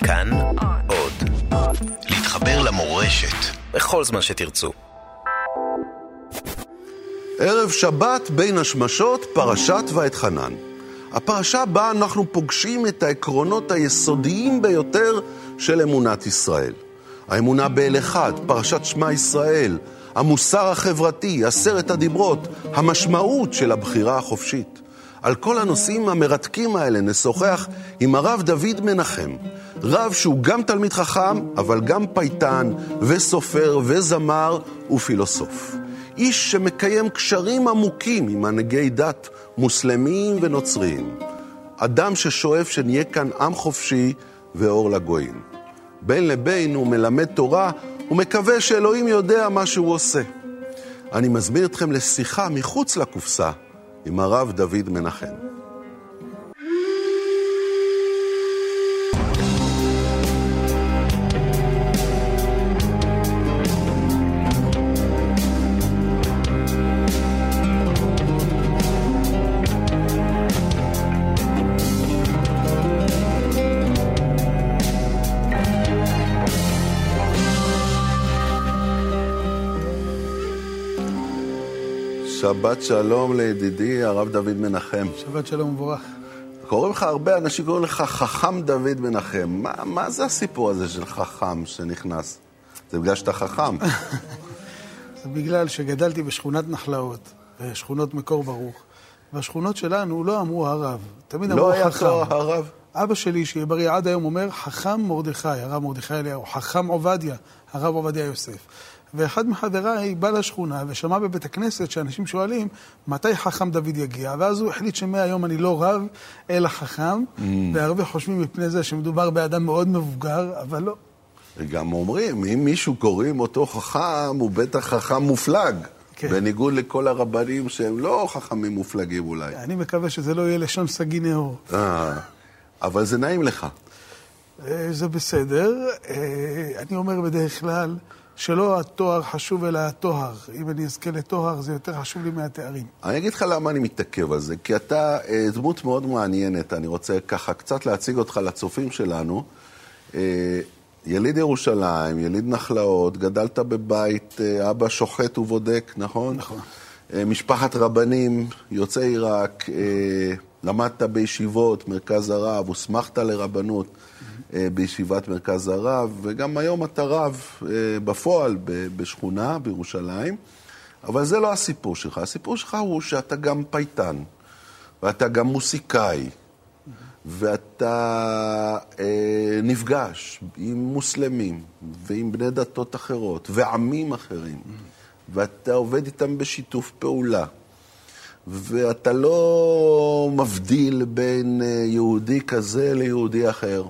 כאן עוד. להתחבר למורשת בכל זמן שתרצו. ערב שבת בין השמשות, פרשת ואתחנן. הפרשה בה אנחנו פוגשים את העקרונות היסודיים ביותר של אמונת ישראל. האמונה באל אחד, פרשת שמע ישראל, המוסר החברתי, 10 הדיברות, המשמעות של הבחירה החופשית. על כל הנושאים המרתקים האלה נשוחח עם הרב דוד מנחם, רב שהוא גם תלמיד חכם, אבל גם פייטן וסופר וזמר ופילוסוף. איש שמקיים קשרים עמוקים עם מנהיגי דת מוסלמים ונוצריים. אדם ששואף שנהיה כאן עם חופשי ואור לגויים. בין לבין הוא מלמד תורה ומקווה שאלוהים יודע מה שהוא עושה. אני מזמין אתכם לשיחה מחוץ לקופסה עם הרב דוד מנחם. שבת שלום לידידי הרב דוד מנחם. שבת שלום וברך. קוראים לך הרבה אנשים, קוראים לך חכם דוד מנחם. מה זה הסיפור הזה של חכם שנכנס? זה בגלל שאתה חכם. זה בגלל שגדלתי בשכונת נחלאות, בשכונות מקור ברוך. והשכונות שלנו לא אמרו הרב. תמיד אמרו לא חכם. היה הרב? אבא שלי, שיהיה בריא עד היום, אומר חכם מרדכי, הרב מרדכי אליהו, חכם עובדיה, הרב עובדיה יוסף. ואחד מחבריי בא לשכונה ושמע בבית הכנסת שאנשים שואלים מתי חכם דוד יגיע, ואז הוא החליט שמהיום אני לא רב אלא חכם, והרבה חושבים מפני זה שמדובר באדם מאוד מבוגר, אבל לא. וגם אומרים, אם מישהו קוראים אותו חכם, הוא בטח חכם מופלג, כן. בניגוד לכל הרבנים שהם לא חכמים מופלגים אולי. אני מקווה שזה לא יהיה לשון סגי נאור. אבל זה נעים לך. זה בסדר. אני אומר בדרך כלל, שלא התואר חשוב אלא התואר. אם אני אזכה לתואר, זה יותר חשוב לי מהתארים. אני אגיד לך למה אני מתעכב על זה, כי אתה דמות מאוד מעניינת. אני רוצה ככה קצת להציג אותך לצופים שלנו. יליד ירושלים, יליד נחלאות, גדלת בבית, אבא שוחט ובודק, נכון? נכון. משפחת רבנים, יוצאי עיראק, למדת בישיבות, מרכז הרב, הוסמכת לרבנות. בישיבת מרכז הרב, וגם היום אתה רב בפועל בשכונה בירושלים, אבל זה לא הסיפור שלך. הסיפור שלך הוא שאתה גם פייטן, ואתה גם מוסיקאי, ואתה נפגש עם מוסלמים, ועם בני דתות אחרות, ועמים אחרים, ואתה עובד איתם בשיתוף פעולה, ואתה לא מבדיל בין יהודי כזה ליהודי אחר.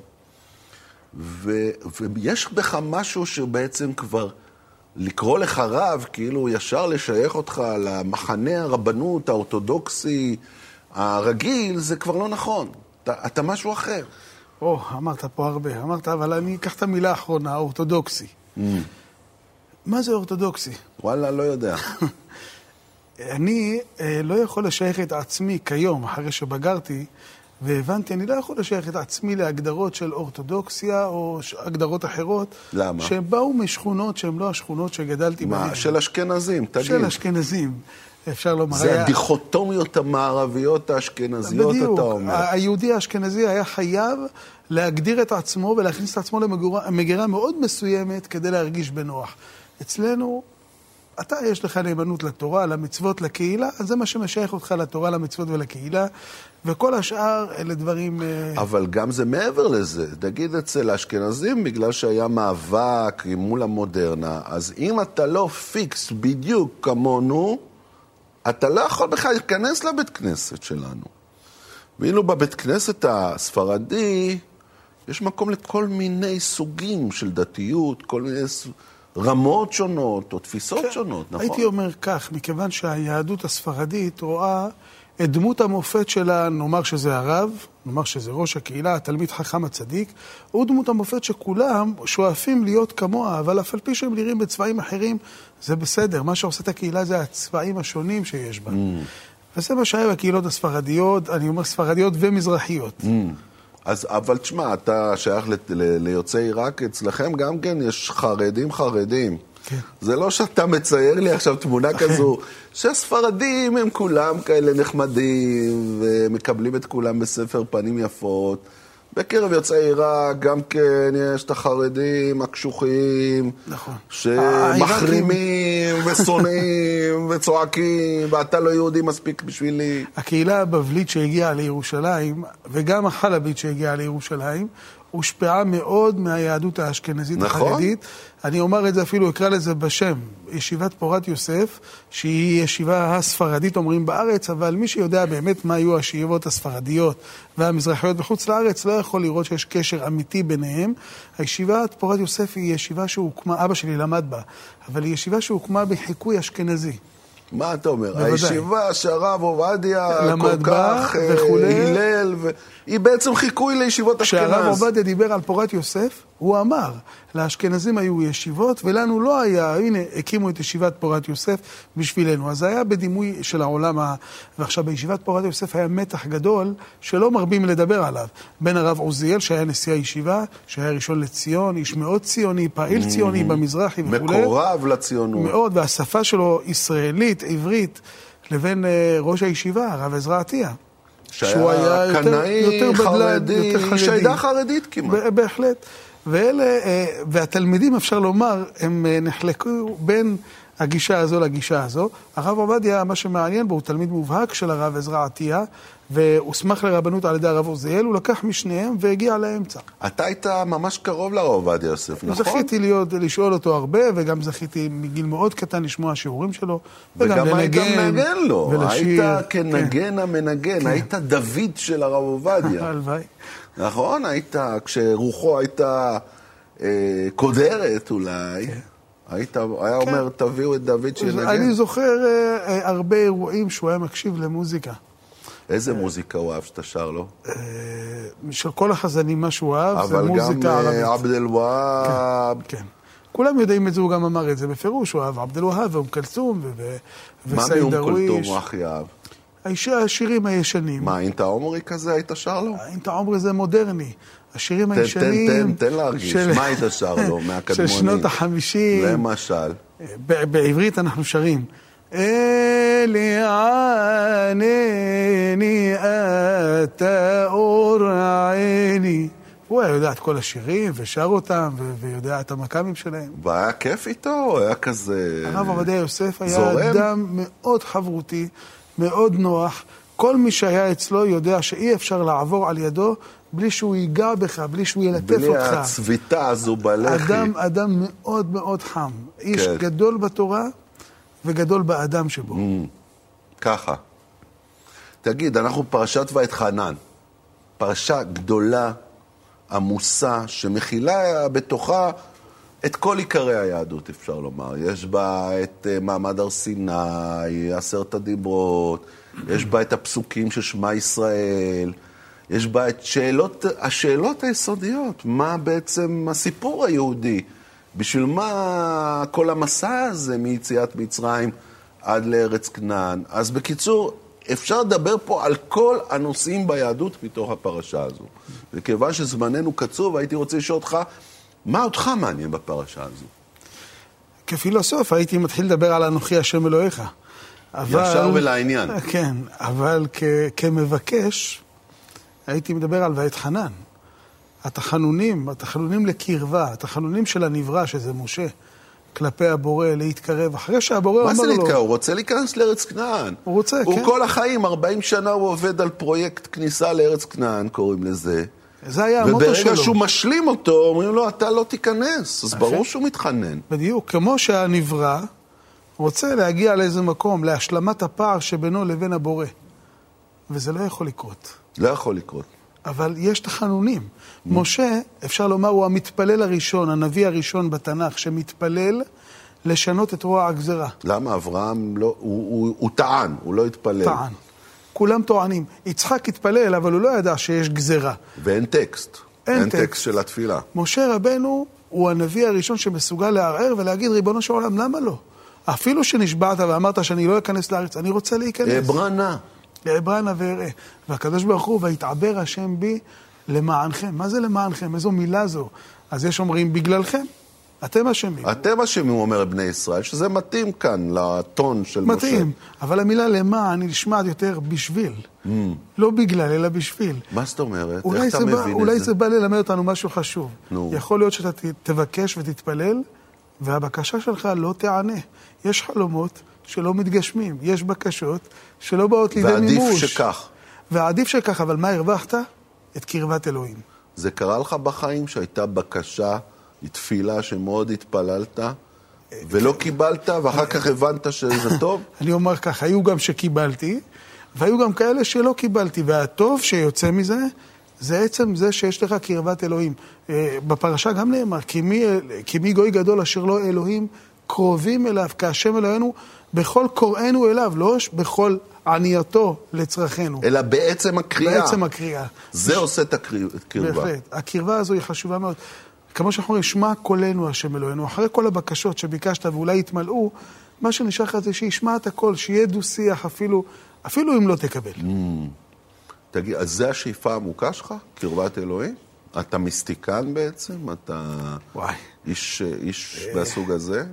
ויש בך משהו שבעצם כבר לקרוא לך רב, כאילו ישר לשייך אותך למחנה הרבנות האורתודוקסי הרגיל, זה כבר לא נכון. אתה משהו אחר. אמרת פה הרבה. אמרת, אבל אני אקח את המילה האחרונה, אורתודוקסי. מה זה אורתודוקסי? וואלה, לא יודע. אני לא יכול לשייך את עצמי כיום, אחרי שבגרתי, והבנתי, אני לא יכול לשייך את עצמי להגדרות של אורתודוקסיה או הגדרות אחרות. למה? שהם באו משכונות שהן לא השכונות שגדלתי בהן. מה? של אשכנזים, תגיד. של אשכנזים, אפשר לומר. זה הדיכוטומיות המערביות האשכנזיות, בדיוק. אתה אומר. היהודי האשכנזי היה חייב להגדיר את עצמו ולהכניס את עצמו למגירה מאוד מסוימת כדי להרגיש בנוח. אצלנו, אתה יש לך נאמנות לתורה, למצוות, לקהילה, אז זה מה שמשייך אותך לתורה, למצוות ולקהילה, וכל השאר אלה דברים... אבל גם זה מעבר לזה. תגיד אצל האשכנזים, בגלל שהיה מאבק מול המודרנה, אז אם אתה לא פיקס בדיוק כמונו, אתה לא יכול בכלל להיכנס לבית כנסת שלנו. ואילו בבית כנסת הספרדי, יש מקום לכל מיני סוגים של דתיות, כל מיני רמות שונות או תפיסות שונות, נכון? הייתי אומר כך, מכיוון שהיהדות הספרדית רואה את דמות המופת שלה, נאמר שזה הרב, נאמר שזה ראש הקהילה, התלמיד חכם הצדיק, הוא דמות המופת שכולם שואפים להיות כמוה, אבל אף על פי שהם נראים בצבעים אחרים, זה בסדר. מה שעושה את הקהילה זה הצבעים השונים שיש בה. וזה מה שהיה בקהילות הספרדיות, אני אומר ספרדיות ומזרחיות. אז, אבל תשמע, אתה שייך ליוצאי עיראק, אצלכם גם כן יש חרדים. כן. זה לא שאתה מצייר לי עכשיו תמונה כזו, שהספרדים הם כולם כאלה נחמדים, ומקבלים את כולם בספר פנים יפות. בקרב יוצאי עיראק גם כן יש את החרדים הקשוחים, נכון. שמחרימים ושונאים וצועקים, ואתה לא יהודי מספיק בשבילי. הקהילה הבבלית שהגיעה לירושלים, וגם החלבית שהגיעה לירושלים, הושפעה מאוד מהיהדות האשכנזית החרדית. אני אומר את זה אפילו, אקרא לזה בשם, ישיבת פורת יוסף, שהיא ישיבה הספרדית, אומרים בארץ, אבל מי שיודע באמת מה היו הישיבות הספרדיות והמזרחיות בחוץ לארץ, לא יכול לראות שיש קשר אמיתי ביניהם. הישיבת פורת יוסף היא ישיבה שהוקמה, אבא שלי למד בה, אבל היא ישיבה שהוקמה בחיקוי אשכנזי. מה אתה אומר? בוודאי. הישיבה שהרב עובדיה כל כך הילל, היא בעצם חיקוי לישיבות אשכנז. כשהרב עובדיה דיבר על פורת יוסף, הוא אמר, לאשכנזים היו ישיבות, ולנו לא היה, הנה, הקימו את ישיבת פורת יוסף בשבילנו. אז זה היה בדימוי של העולם, ועכשיו בישיבת פורת יוסף היה מתח גדול, שלא מרבים לדבר עליו. בין הרב עוזיאל, שהיה נשיא הישיבה, שהיה ראשון לציון, איש מאוד ציוני, פעיל ציוני במזרחי וכו'. מקורב לציונות. מאוד, והשפה שלו ישראלית, עברית, לבין ראש הישיבה, הרב עזרא עטיה. שהוא היה קנאי, חרדי, שעדה חרדית כמעט. בהחלט. והתלמידים, אפשר לומר, הם נחלקו בין הגישה הזו לגישה הזו. הרב עובדיה, מה שמעניין בו, הוא תלמיד מובהק של הרב עזרא עטיה, והוסמך לרבנות על ידי הרב עוזיאל, הוא לקח משניהם והגיע לאמצע. אתה היית ממש קרוב לרב עובדיה יוסף, נכון? זכיתי לשאול אותו הרבה, וגם זכיתי מגיל מאוד קטן לשמוע שיעורים שלו, וגם היית מנגן לו, היית כנגן המנגן, היית דוד של הרב עובדיה. הלוואי. נכון, היית, כשרוחו הייתה קודרת אולי, היה אומר, תביאו את דוד שינגן. אני זוכר הרבה אירועים שהוא היה מקשיב למוזיקה. איזה מוזיקה הוא אהב שאתה שר לו? של כל החזנים מה שהוא אהב, זה מוזיקה ערבית. אבל גם עבד אל-והאב. כן. כולם יודעים את זה, הוא גם אמר את זה בפירוש, הוא אהב עבד אל-והאב ואום כלתום וסעיד דרוויש. מה מאום כלתום הוא הכי אהב? השירים הישנים. מה, אינטה עומרי כזה היית שר לו? אינטה עומרי זה מודרני. השירים הישנים... תן להרגיש, מה היית שר לו מהקדמונים? של שנות ה-50. למשל. בעברית אנחנו שרים. אלי ענני אתה אור עיני. הוא היה יודע את כל השירים ושר אותם ויודע את המקאמים שלהם. והיה כיף איתו? היה כזה... הרב עובדיה יוסף היה אדם מאוד חברותי, מאוד נוח. כל מי שהיה אצלו יודע שאי אפשר לעבור על ידו בלי שהוא ייגע בך, בלי שהוא ילטף אותך. בלי הצביטה הזו בלחי. אדם מאוד מאוד חם. איש גדול בתורה וגדול באדם שבו. ככה. תגיד, אנחנו פרשת ואתחנן. פרשה גדולה, עמוסה, שמכילה בתוכה את כל עיקרי היהדות, אפשר לומר. יש בה את מעמד הר סיני, 10 הדיברות, יש בה את הפסוקים של שמע ישראל, יש בה את השאלות היסודיות, מה בעצם הסיפור היהודי, בשביל מה כל המסע הזה מיציאת מצרים עד לארץ כנען. אז בקיצור, אפשר לדבר פה על כל הנושאים ביהדות מתוך הפרשה הזו. וכיוון שזמננו קצוב, הייתי רוצה לשאול אותך, מה אותך מעניין בפרשה הזו? כפילוסוף הייתי מתחיל לדבר על אנוכי השם אלוהיך. ישר ולעניין. כן, אבל כמבקש, הייתי מדבר על ואתחנן. התחנונים לקרבה, התחנונים של הנברא, שזה משה, כלפי הבורא, להתקרב. אחרי שהבורא אומר לו... מה זה להתקרב? הוא רוצה להיכנס לארץ כנען. הוא רוצה, כן. הוא כל החיים, 40 שנה הוא עובד על פרויקט כניסה לארץ כנען, קוראים לזה. זה היה המוטו שלו. וברגע שהוא משלים אותו, אומרים לו, אתה לא תיכנס. אז ברור שהוא מתחנן. בדיוק, כמו שהנברא רוצה להגיע לאיזה מקום, להשלמת הפער שבינו לבין הבורא. וזה לא יכול לקרות. לא יכול לקרות. אבל יש תחנונים. משה, אפשר לומר, הוא המתפלל הראשון, הנביא הראשון בתנ"ך, שמתפלל לשנות את רוע הגזרה. למה? אברהם לא... הוא טען, הוא לא התפלל. טען. כולם טוענים. יצחק התפלל, אבל הוא לא ידע שיש גזרה. ואין טקסט. אין טקסט של התפילה. משה רבנו הוא הנביא הראשון שמסוגל לערער ולהגיד, ריבונו של עולם, למה לא? אפילו שנשבעת ואמרת שאני לא אכנס לארץ, אני רוצה להיכנס. אעברה נא. אעברה נא ואראה. והקדוש ברוך הוא, ויתעבר השם בי, למענכם. מה זה למענכם? איזו מילה זו? אז יש אומרים בגללכם. אתם אשמים. אתם אשמים, אומר בני ישראל, שזה מתאים כאן לטון של משה. מתאים, אבל המילה למען היא נשמעת יותר בשביל. לא בגלל, אלא בשביל. מה זאת אומרת? איך אתה מבין את זה? אולי זה בא ללמד אותנו משהו חשוב. יכול להיות שאתה תבקש ותתפלל, והבקשה שלך לא תענה. יש חלומות שלא מתגשמים, יש בקשות שלא באות לידי מימוש. ועדיף שכך. ועדיף שכך, אבל מה הרווחת? את קרבת אלוהים. זה קרה לך בחיים שהייתה בקשה, תפילה שמאוד התפללת, ולא קיבלת, ואחר כך הבנת שזה טוב? אני אומר כך, היו גם שקיבלתי, והיו גם כאלה שלא קיבלתי, והטוב שיוצא מזה, זה עצם זה שיש לך קרבת אלוהים. בפרשה גם נאמר, כי מי גוי גדול אשר לא אלוהים קרובים אליו, כהשם אלוהינו, בכל קוראינו אליו, לא בכל ענייתו לצרכנו. אלא בעצם הקריאה. בעצם הקריאה. זה עושה את הקרבה. בהחלט. הקרבה הזו היא חשובה מאוד. כמו שאנחנו אומרים, שמע קולנו השם אלוהינו. אחרי כל הבקשות שביקשת ואולי יתמלאו, מה שנשאר לך זה שישמע את הכל, שיהיה דו שיח אפילו אם לא תקבל. תגיד, אז זה השאיפה העמוקה שלך? קרבת אלוהים? אתה מיסטיקן בעצם? אתה איש מהסוג הזה?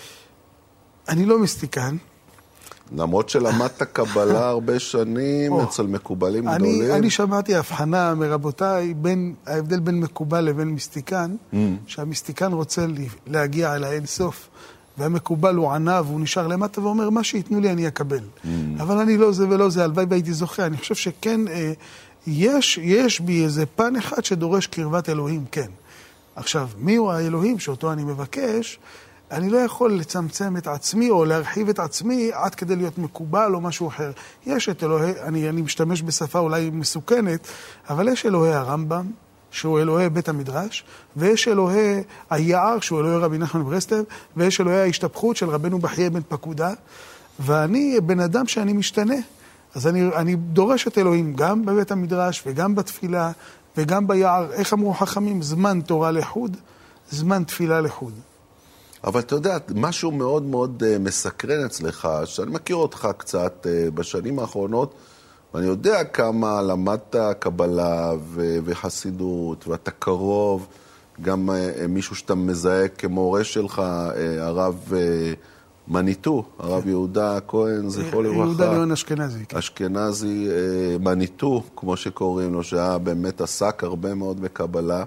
אני לא מיסטיקן. למרות שלמדת קבלה הרבה שנים אצל מקובלים גדולים. אני שמעתי הבחנה מרבותיי בין ההבדל בין מקובל לבין מיסטיקן, שהמיסטיקן רוצה להגיע אל האין סוף, והמקובל הוא ענה והוא נשאר למטה ואומר, מה שיתנו לי אני אקבל. אבל אני לא זה ולא זה, הלוואי והייתי זוכה. אני חושב שכן, יש בי איזה פן אחד שדורש קרבת אלוהים, כן. עכשיו, מי הוא האלוהים שאותו אני מבקש? אני לא יכול לצמצם את עצמי או להרחיב את עצמי עד כדי להיות מקובל או משהו אחר. יש את אלוהי, אני משתמש בשפה אולי מסוכנת, אבל יש אלוהי הרמב"ם, שהוא אלוהי בית המדרש, ויש אלוהי היער, שהוא אלוהי רבי נחמן מברסלב, ויש אלוהי ההשתפכות של רבנו בחייה בן פקודה, ואני בן אדם שאני משתנה. אז אני דורש את אלוהים גם בבית המדרש וגם בתפילה וגם ביער. איך אמרו חכמים? זמן תורה לחוד, זמן תפילה לחוד. אבל אתה יודע, משהו מאוד מאוד מסקרן אצלך, שאני מכיר אותך קצת בשנים האחרונות, ואני יודע כמה למדת קבלה וחסידות, ואתה קרוב, גם מישהו שאתה מזהה כמורה שלך, הרב מניטו, הרב יהודה כהן, זכרו לברכה. יהודה ליאון אשכנזי. אשכנזי מניטו, כמו שקוראים לו, שהיה באמת עסק הרבה מאוד בקבלה.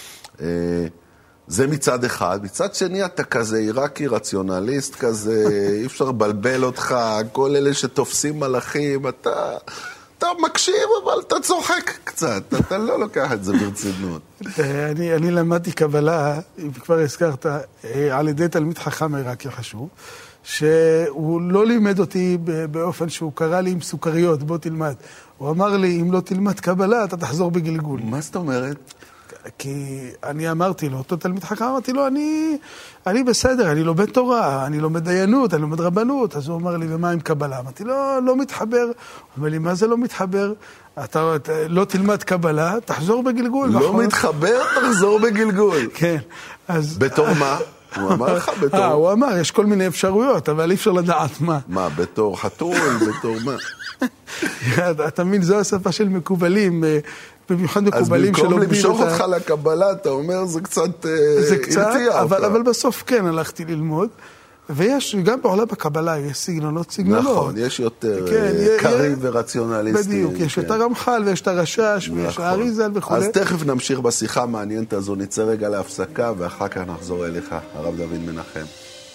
זה מצד אחד. מצד שני, אתה כזה עיראקי, רציונליסט כזה, אי אפשר לבלבל אותך, כל אלה שתופסים מלאכים, אתה מקשיב, אבל אתה צוחק קצת, אתה לא לוקח את זה ברצינות. אני למדתי קבלה, אם כבר הזכרת, על ידי תלמיד חכם עיראקי חשוב, שהוא לא לימד אותי באופן שהוא קרא לי עם סוכריות, בוא תלמד. הוא אמר לי, אם לא תלמד קבלה, אתה תחזור בגלגול. מה זאת אומרת? כי אני אמרתי לו, אותו תלמיד חכם, אמרתי לו, אני בסדר, אני לומד תורה, אני לומד דיינות, אני לומד רבנות. אז הוא אמר לי, ומה עם קבלה? אמרתי לו, לא מתחבר. הוא אומר לי, מה זה לא מתחבר? אתה לא תלמד קבלה, תחזור בגלגול. לא מתחבר, תחזור בגלגול. כן. בתור מה? הוא אמר לך בתור... הוא אמר, יש כל מיני אפשרויות, אבל אי אפשר לדעת מה. מה, בתור חתול, בתור מה? אתה מבין, זו השפה של מקובלים, במיוחד מקובלים שלא... אז במקום למשוך אותך לקבלה, אתה אומר, זה קצת הרתיע אותך. אבל בסוף כן הלכתי ללמוד, ויש, גם בעולם בקבלה יש סגנונות. נכון, יש יותר קרים ורציונליסטים. בדיוק, יש את הרמח"ל ויש את הרש"ש ויש האריזל וכו'. אז תכף נמשיך בשיחה המעניינת הזו, נצא רגע להפסקה, ואחר כך נחזור אליך, הרב דוד מנחם.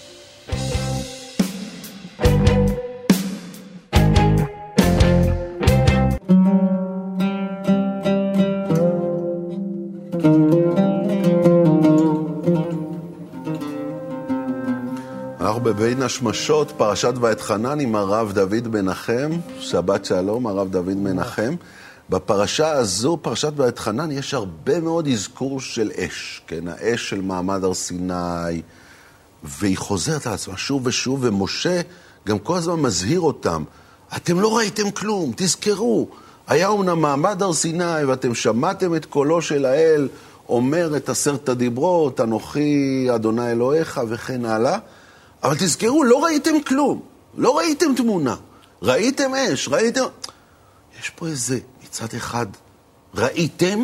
אנחנו בבין השמשות, פרשת ואתחנן עם הרב דוד מנחם, שבת שלום, הרב דוד מנחם. בפרשה הזו, פרשת ואתחנן, יש הרבה מאוד אזכור של אש, כן? האש של מעמד הר סיני, והיא חוזרת על עצמה שוב ושוב, ומשה גם כל הזמן מזהיר אותם, אתם לא ראיתם כלום, תזכרו, היה אומנם מעמד הר סיני, ואתם שמעתם את קולו של האל, אומר את 10 הדיברות, אנוכי אדוני אלוהיך וכן הלאה, אבל תזכרו, לא ראיתם כלום, לא ראיתם תמונה, ראיתם אש, ראיתם... יש פה איזה, מצד אחד, ראיתם,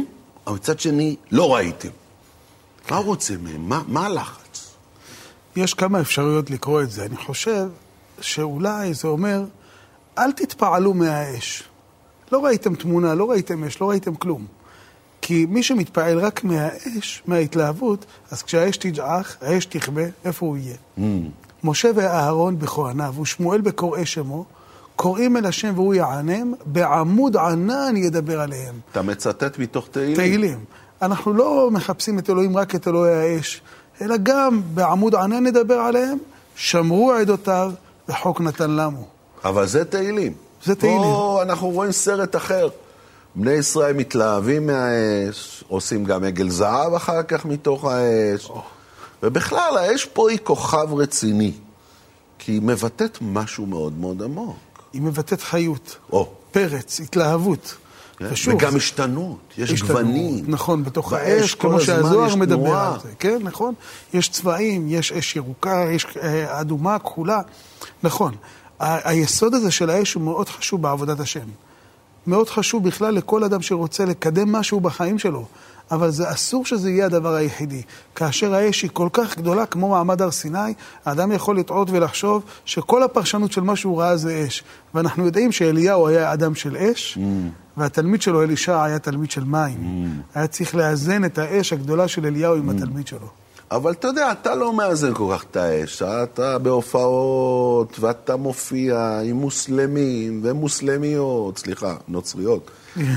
אבל מצד שני, לא ראיתם. מה רוצה מהם? מה הלחץ? יש כמה אפשרויות לקרוא את זה. אני חושב שאולי זה אומר, אל תתפעלו מהאש. לא ראיתם תמונה, לא ראיתם אש, לא ראיתם כלום. כי מי שמתפעל רק מהאש, מההתלהבות, אז כשהאש תג'עך, האש תכבה, איפה הוא יהיה? משה ואהרון בכהניו, ושמואל בקוראי שמו, קוראים אל השם והוא יענם, בעמוד ענן ידבר עליהם. אתה מצטט מתוך תהילים? תהילים. אנחנו לא מחפשים את אלוהים רק את אלוהי האש, אלא גם בעמוד ענן נדבר עליהם, שמרו עדותיו וחוק נתן לנו. אבל זה תהילים. זה תהילים. פה אנחנו רואים סרט אחר. בני ישראל מתלהבים מהאש, עושים גם עגל זהב אחר כך מתוך האש. ובכלל, האש פה היא כוכב רציני, כי היא מבטאת משהו מאוד מאוד עמוק. היא מבטאת חיות, פרץ, התלהבות. וגם השתנות, יש גוונים. נכון, בתוך האש, כמו שהזוהר מדבר על זה. כן, נכון? יש צבעים, יש אש ירוקה, יש אדומה, כחולה. נכון. היסוד הזה של האש הוא מאוד חשוב בעבודת השם. מאוד חשוב בכלל לכל אדם שרוצה לקדם משהו בחיים שלו. אבל זה אסור שזה יהיה הדבר היחידי. כאשר האש היא כל כך גדולה, כמו מעמד הר סיני, האדם יכול לטעות ולחשוב שכל הפרשנות של מה שהוא ראה זה אש. ואנחנו יודעים שאליהו היה אדם של אש, והתלמיד שלו, אלישע, היה תלמיד של מים. היה צריך לאזן את האש הגדולה של אליהו עם התלמיד שלו. אבל אתה יודע, אתה לא מאזן כל כך את האש. אתה בהופעות, ואתה מופיע עם מוסלמים ומוסלמיות, סליחה, נוצריות.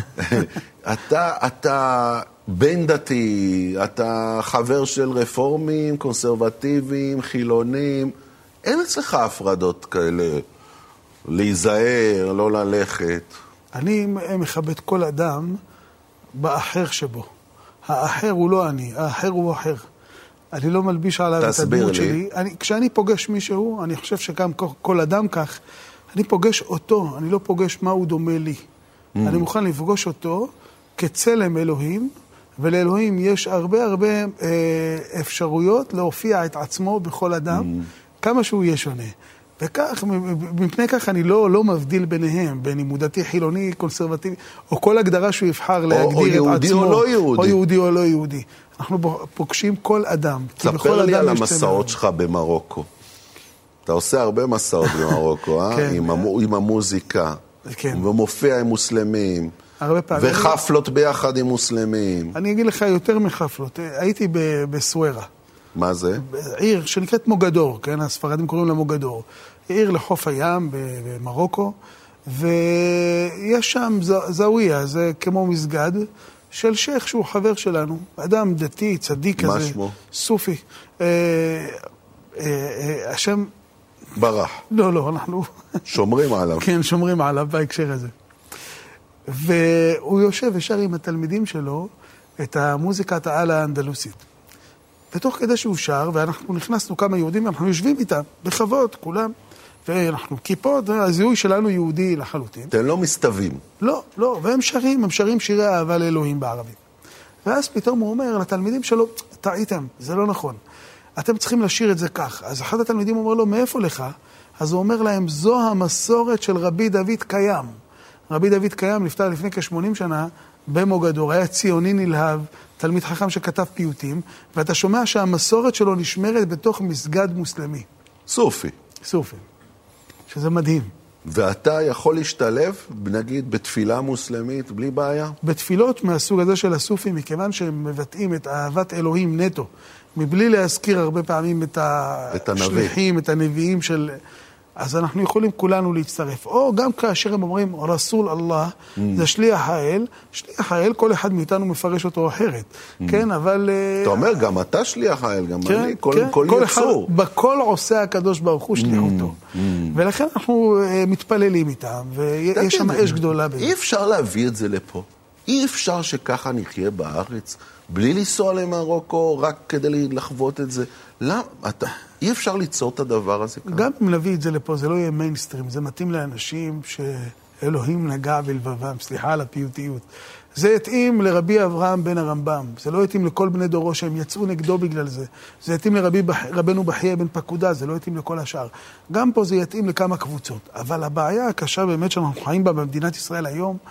אתה בן דתי, אתה חבר של רפורמים, קונסרבטיביים, חילונים. אין אצלך הפרדות כאלה. להיזהר, לא ללכת. אני מכבד כל אדם באחר שבו. האחר הוא לא אני, האחר הוא אחר. אני לא מלביש עליו את הדמות שלי. כשאני פוגש מישהו, אני חושב שגם כל אדם כך, אני פוגש אותו, אני לא פוגש מה הוא דומה לי. אני מוכן לפגוש אותו כצלם אלוהים, ולאלוהים יש הרבה אפשרויות להופיע את עצמו בכל אדם, כמה שהוא יהיה שונה. וכך, מפני כך אני לא מבדיל ביניהם, בין אם הוא דתי, חילוני, קונסרבטיבי, או כל הגדרה שהוא יבחר להגדיר את עצמו. או יהודי או לא יהודי. או יהודי או לא יהודי. אנחנו פוגשים כל אדם. ספר לי על המסעות שלך במרוקו. אתה עושה הרבה מסעות במרוקו, עם המוזיקה. כן. ומופיע עם מוסלמים. הרבה פעמים. וחפלות ביחד עם מוסלמים. אני אגיד לך יותר מחפלות. הייתי בסוארה. מה זה? עיר שנקראת מוגדור, כן? הספרדים קוראים לה מוגדור. עיר לחוף הים במרוקו, ויש שם זאוויה, זה כמו מסגד, של שייך שהוא חבר שלנו, אדם דתי, צדיק כזה. מה שמו? סופי. השם... ברח. לא, אנחנו... שומרים עליו. כן, שומרים עליו בהקשר הזה. והוא יושב ושר עם התלמידים שלו את המוזיקת העל האנדלוסית. ותוך כדי שהוא שר, ואנחנו נכנסנו כמה יהודים, אנחנו יושבים איתם, בכבוד, כולם, ואנחנו כיפות, הזיהוי שלנו יהודי לחלוטין. אתם לא מסתווים. לא, והם שרים שירי אהבה לאלוהים בערבית. ואז פתאום הוא אומר לתלמידים שלו, טעיתם, זה לא נכון. אתם צריכים לשיר את זה כך. אז אחד התלמידים אומר לו, מאיפה לך? אז הוא אומר להם, זו המסורת של רבי דוד קיים. רבי דוד קיים נפטר לפני כ-80 שנה במוגדור, היה ציוני נלהב, תלמיד חכם שכתב פיוטים, ואתה שומע שהמסורת שלו נשמרת בתוך מסגד מוסלמי. סופי. סופי. שזה מדהים. ואתה יכול להשתלב, נגיד, בתפילה מוסלמית, בלי בעיה? בתפילות מהסוג הזה של הסופים, מכיוון שהם מבטאים את אהבת אלוהים נטו, מבלי להזכיר הרבה פעמים את השליחים, את הנביאים של... אז אנחנו יכולים כולנו להצטרף. או גם כאשר הם אומרים, רסול אללה, זה שליח האל. שליח האל, כל אחד מאיתנו מפרש אותו אחרת. כן, אבל... אתה אומר, גם אתה שליח האל, גם אני, כל יצור. בכל עושה הקדוש ברוך הוא שליחותו. ולכן אנחנו מתפללים איתם, ויש שם אש גדולה בזה. אי אפשר להביא את זה לפה. אי אפשר שככה נחיה בארץ, בלי לנסוע למרוקו, רק כדי לחוות את זה. למה? אי אפשר ליצור את הדבר הזה כאן. גם אם נביא את זה לפה, זה לא יהיה מיינסטרים, זה מתאים לאנשים שאלוהים נגע בלבבם, סליחה על הפיוטיות. זה יתאים לרבי אברהם בן הרמב"ם, זה לא יתאים לכל בני דורו שהם יצאו נגדו בגלל זה. זה יתאים לרבנו בחייה בן פקודה, זה לא יתאים לכל השאר. גם פה זה יתאים לכמה קבוצות. אבל הבעיה הקשה באמת שאנחנו חיים בה במדינת ישראל היום,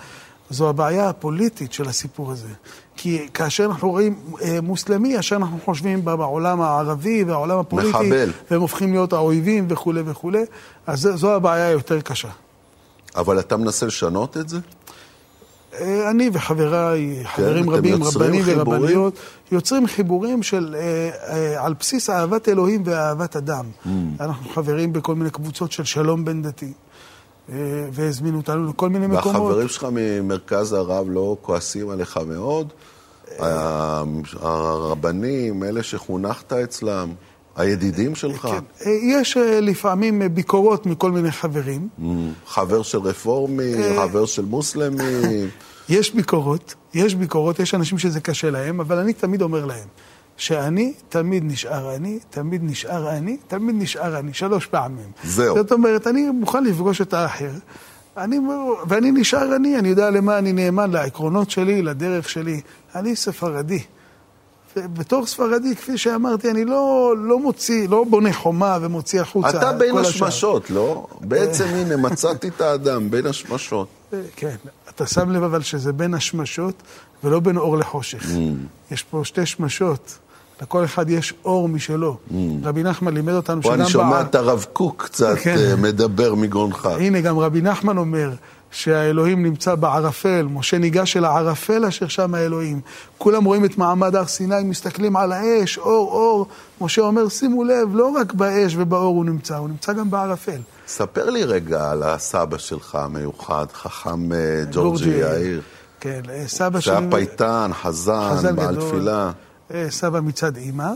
זו הבעיה הפוליטית של הסיפור הזה. כי כאשר אנחנו רואים מוסלמי, ישר אנחנו חושבים בעולם הערבי והעולם הפוליטי, מחבל. והם הופכים להיות האויבים וכו' וכו'. אז זו הבעיה יותר קשה. אבל אתה מנסה לשנות את זה? אני וחבריי, חברים רבים, רבנים ורבניות, יוצרים חיבורים על בסיס אהבת אלוהים ואהבת אדם. אנחנו חברים בכל מיני קבוצות של שלום בין דתי, והזמינו אותנו לכל מיני מקומות. והחברים שלך ממרכז הרב לא כועסים עליך מאוד? הרבנים, אלה שחונכת אצלם, הידידים שלך? כן, יש לפעמים ביקורות מכל מיני חברים. חבר של רפורמי, חבר של מוסלמי. יש ביקורות, יש אנשים שזה קשה להם, אבל אני תמיד אומר להם, שאני תמיד נשאר אני, תמיד נשאר אני, תמיד נשאר אני, 3 פעמים. זהו. זאת אומרת, אני מוכן לפגוש את האחר, ואני נשאר אני יודע למה אני נאמן, לעקרונות שלי, לדרך שלי. אני ספרדי. ובתור ספרדי, כפי שאמרתי, אני לא מוציא, לא בונה חומה ומוציא החוצה. אתה בין השמשות, לא? בעצם הנה, מצאתי את האדם, בין השמשות. כן, אתה שם לב אבל שזה בין השמשות ולא בין אור לחושך. יש פה 2 שמשות, לכל אחד יש אור משלו. רבי נחמן לימד אותנו שגם... אני שומע את הרב קוק קצת מדבר מגרונך. הנה, גם רבי נחמן אומר שהאלוהים נמצא בערפל, משה ניגש אל הערפל אשר שם האלוהים. כולם רואים את מעמד הר סיני, מסתכלים על האש, אור. משה אומר, שימו לב, לא רק באש ובאור הוא נמצא גם בערפל. ספר לי רגע על הסבא שלך המיוחד, חכם ג'ורג'י יאיר. כן, סבא שלי... שהיה פייטן, חזן, בעל תפילה. סבא מצד אמא,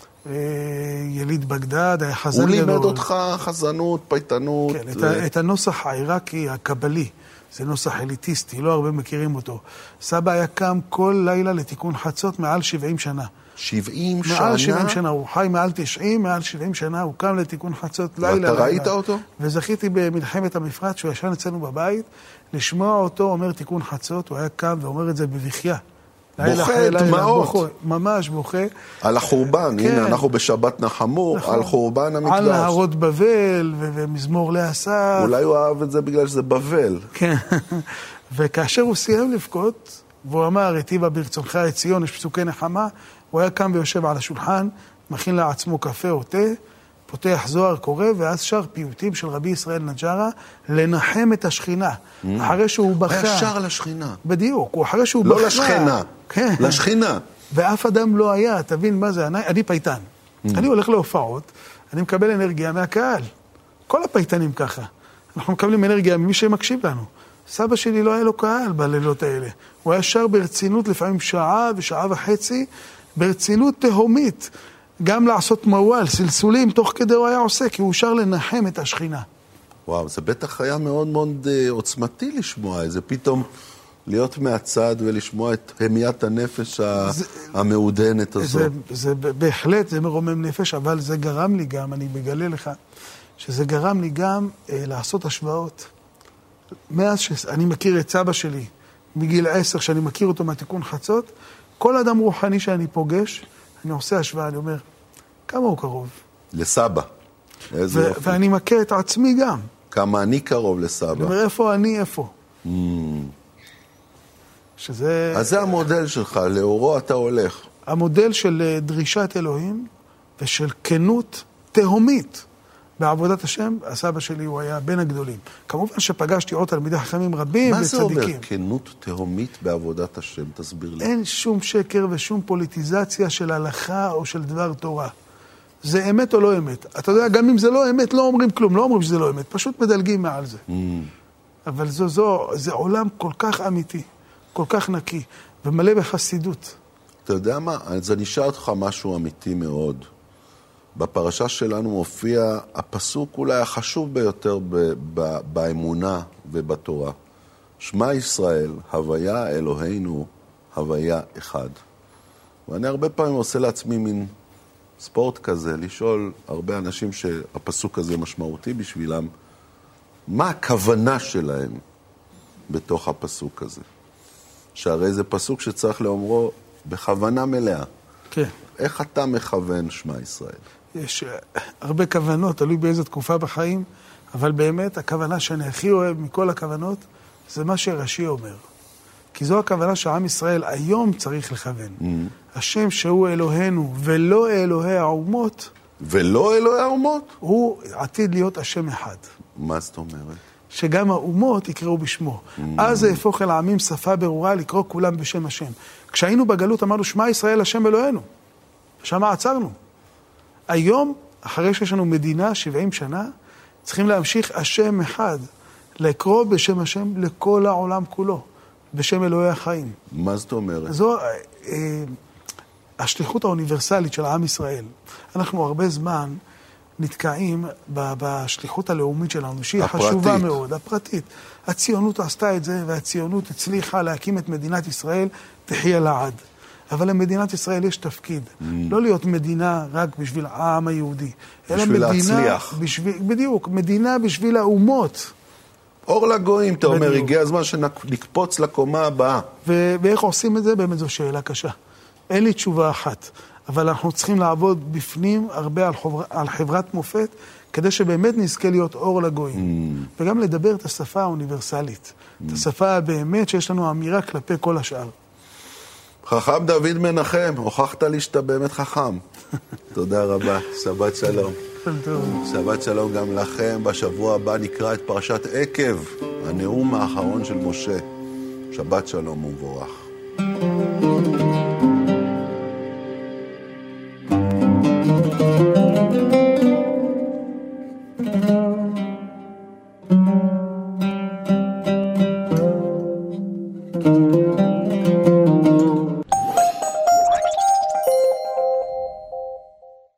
יליד בגדד, היה חזן גדול. הוא לימד אותך חזנות, פייטנות. כן, את הנוסח העיראקי, הקבלי. זה נוסח אליטיסטי, לא הרבה מכירים אותו. סבא היה קם כל לילה לתיקון חצות מעל 70 שנה. 70 שנה? מעל 70 שנה, הוא חי מעל 90, מעל 70 שנה, הוא קם לתיקון חצות לילה. ואתה ראית אותו? וזכיתי במלחמת המפרץ, שהוא ישן אצלנו בבית, לשמוע אותו אומר תיקון חצות, הוא היה קם ואומר את זה בבכייה. בוכה, דמעות. ממש בוכה. על החורבן, הנה אנחנו בשבת נחמו, על חורבן המקדש. על נהרות בבל ומזמור לאסף. אולי הוא אהב את זה בגלל שזה בבל. כן. וכאשר הוא סיים לבכות, והוא אמר, היטיבה ברצונך את ציון, יש פסוקי נחמה, הוא היה קם ויושב על השולחן, מכין לעצמו קפה או תה, פותח זוהר קורא, ואז שר פיוטים של רבי ישראל נג'רה, לנחם את השכינה. אחרי שהוא בכה... היה שר לשכינה. בדיוק, הוא אחרי שהוא בכה... לא לשכינה, כן. לשכינה. ואף אדם לא היה, תבין מה זה, אני פייטן. אני הולך להופעות, אני מקבל אנרגיה מהקהל. כל הפייטנים ככה. אנחנו מקבלים אנרגיה ממי שמקשיב לנו. סבא שלי לא היה לו קהל בלילות האלה. הוא היה שר ברצינות, לפעמים שעה ושעה וחצי, ברצינות תהומית. גם לעשות מוואל, סלסולים, תוך כדי הוא היה עושה, כי הוא שר לנחם את השכינה. וואו, זה בטח היה מאוד מאוד עוצמתי לשמוע את זה, פתאום להיות מהצד ולשמוע את המיית הנפש המעודנת הזו. זה בהחלט, זה מרומם נפש, אבל זה גרם לי גם, אני מגלה לך, שזה גרם לי גם לעשות השוואות. מאז שאני מכיר את סבא שלי, מגיל 10, שאני מכיר אותו מהתיקון חצות, כל אדם רוחני שאני פוגש, אני עושה השוואה, אני אומר, כמה הוא קרוב? לסבא. ואני מכיר את עצמי גם. כמה אני קרוב לסבא. אני אומר, איפה אני, איפה? שזה... אז זה המודל שלך, לאורו אתה הולך. המודל של דרישת אלוהים ושל כנות תהומית בעבודת השם. הסבא שלי הוא היה בין הגדולים. כמובן שפגשתי עוד תלמידי חכמים רבים וצדיקים. מה זה אומר כנות תהומית בעבודת השם? תסביר לי. אין שום שקר ושום פוליטיזציה של הלכה או של דבר תורה. זה אמת או לא אמת. אתה יודע, גם אם זה לא אמת, לא אומרים כלום, לא אומרים שזה לא אמת, פשוט מדלגים מעל זה. אבל זה עולם כל כך אמיתי, כל כך נקי, ומלא בחסידות. אתה יודע מה? אז אני אשאל אותך משהו אמיתי מאוד. בפרשה שלנו מופיע הפסוק אולי החשוב ביותר באמונה ובתורה. שמע ישראל, הוויה אלוהינו, הוויה אחד. ואני הרבה פעמים עושה לעצמי מין ספורט כזה, לשאול הרבה אנשים שהפסוק הזה משמעותי בשבילם, מה הכוונה שלהם בתוך הפסוק הזה? שהרי זה פסוק שצריך לאומרו בכוונה מלאה. כן. איך אתה מכוון שמע ישראל? יש הרבה כוונות, תלוי באיזו תקופה בחיים, אבל באמת הכוונה שאני הכי אוהב מכל הכוונות, זה מה שרש"י אומר. כי זו הכוונה שהעם ישראל היום צריך לכוון. השם שהוא אלוהינו ולא אלוהי האומות, ולא אלוהי האומות? הוא עתיד להיות השם אחד. מה זאת אומרת? שגם האומות יקראו בשמו. אז זה יהפוך אל העמים שפה ברורה לקרוא כולם בשם השם. כשהיינו בגלות אמרנו, שמע ישראל השם אלוהינו. שם עצרנו. היום, אחרי שיש לנו מדינה 70 שנה, צריכים להמשיך השם אחד, לקרוא בשם השם לכל העולם כולו, בשם אלוהי החיים. מה זאת אומרת? זו השליחות האוניברסלית של העם ישראל. אנחנו הרבה זמן נתקעים בשליחות הלאומית שלנו, שהיא חשובה מאוד, הפרטית. הציונות עשתה את זה, והציונות הצליחה להקים את מדינת ישראל, תחיה לעד. אבל למדינת ישראל יש תפקיד. לא להיות מדינה רק בשביל העם היהודי. בשביל להצליח. בדיוק, מדינה בשביל האומות. אור לגויים, אתה אומר, הגיע הזמן שנקפוץ לקומה הבאה. ואיך עושים את זה? באמת זו שאלה קשה. אין לי תשובה אחת. אבל אנחנו צריכים לעבוד בפנים הרבה על חברת מופת, כדי שבאמת נזכה להיות אור לגויים. וגם לדבר את השפה האוניברסלית. את השפה הבאמת שיש לנו אמירה כלפי כל השאר. חכם דוד מנחם, הוכחת לי שאתה באמת חכם. תודה רבה, שבת שלום. שבת שלום גם לכם. בשבוע הבא נקרא את פרשת עקב, הנאום האחרון של משה. שבת שלום ומבורך.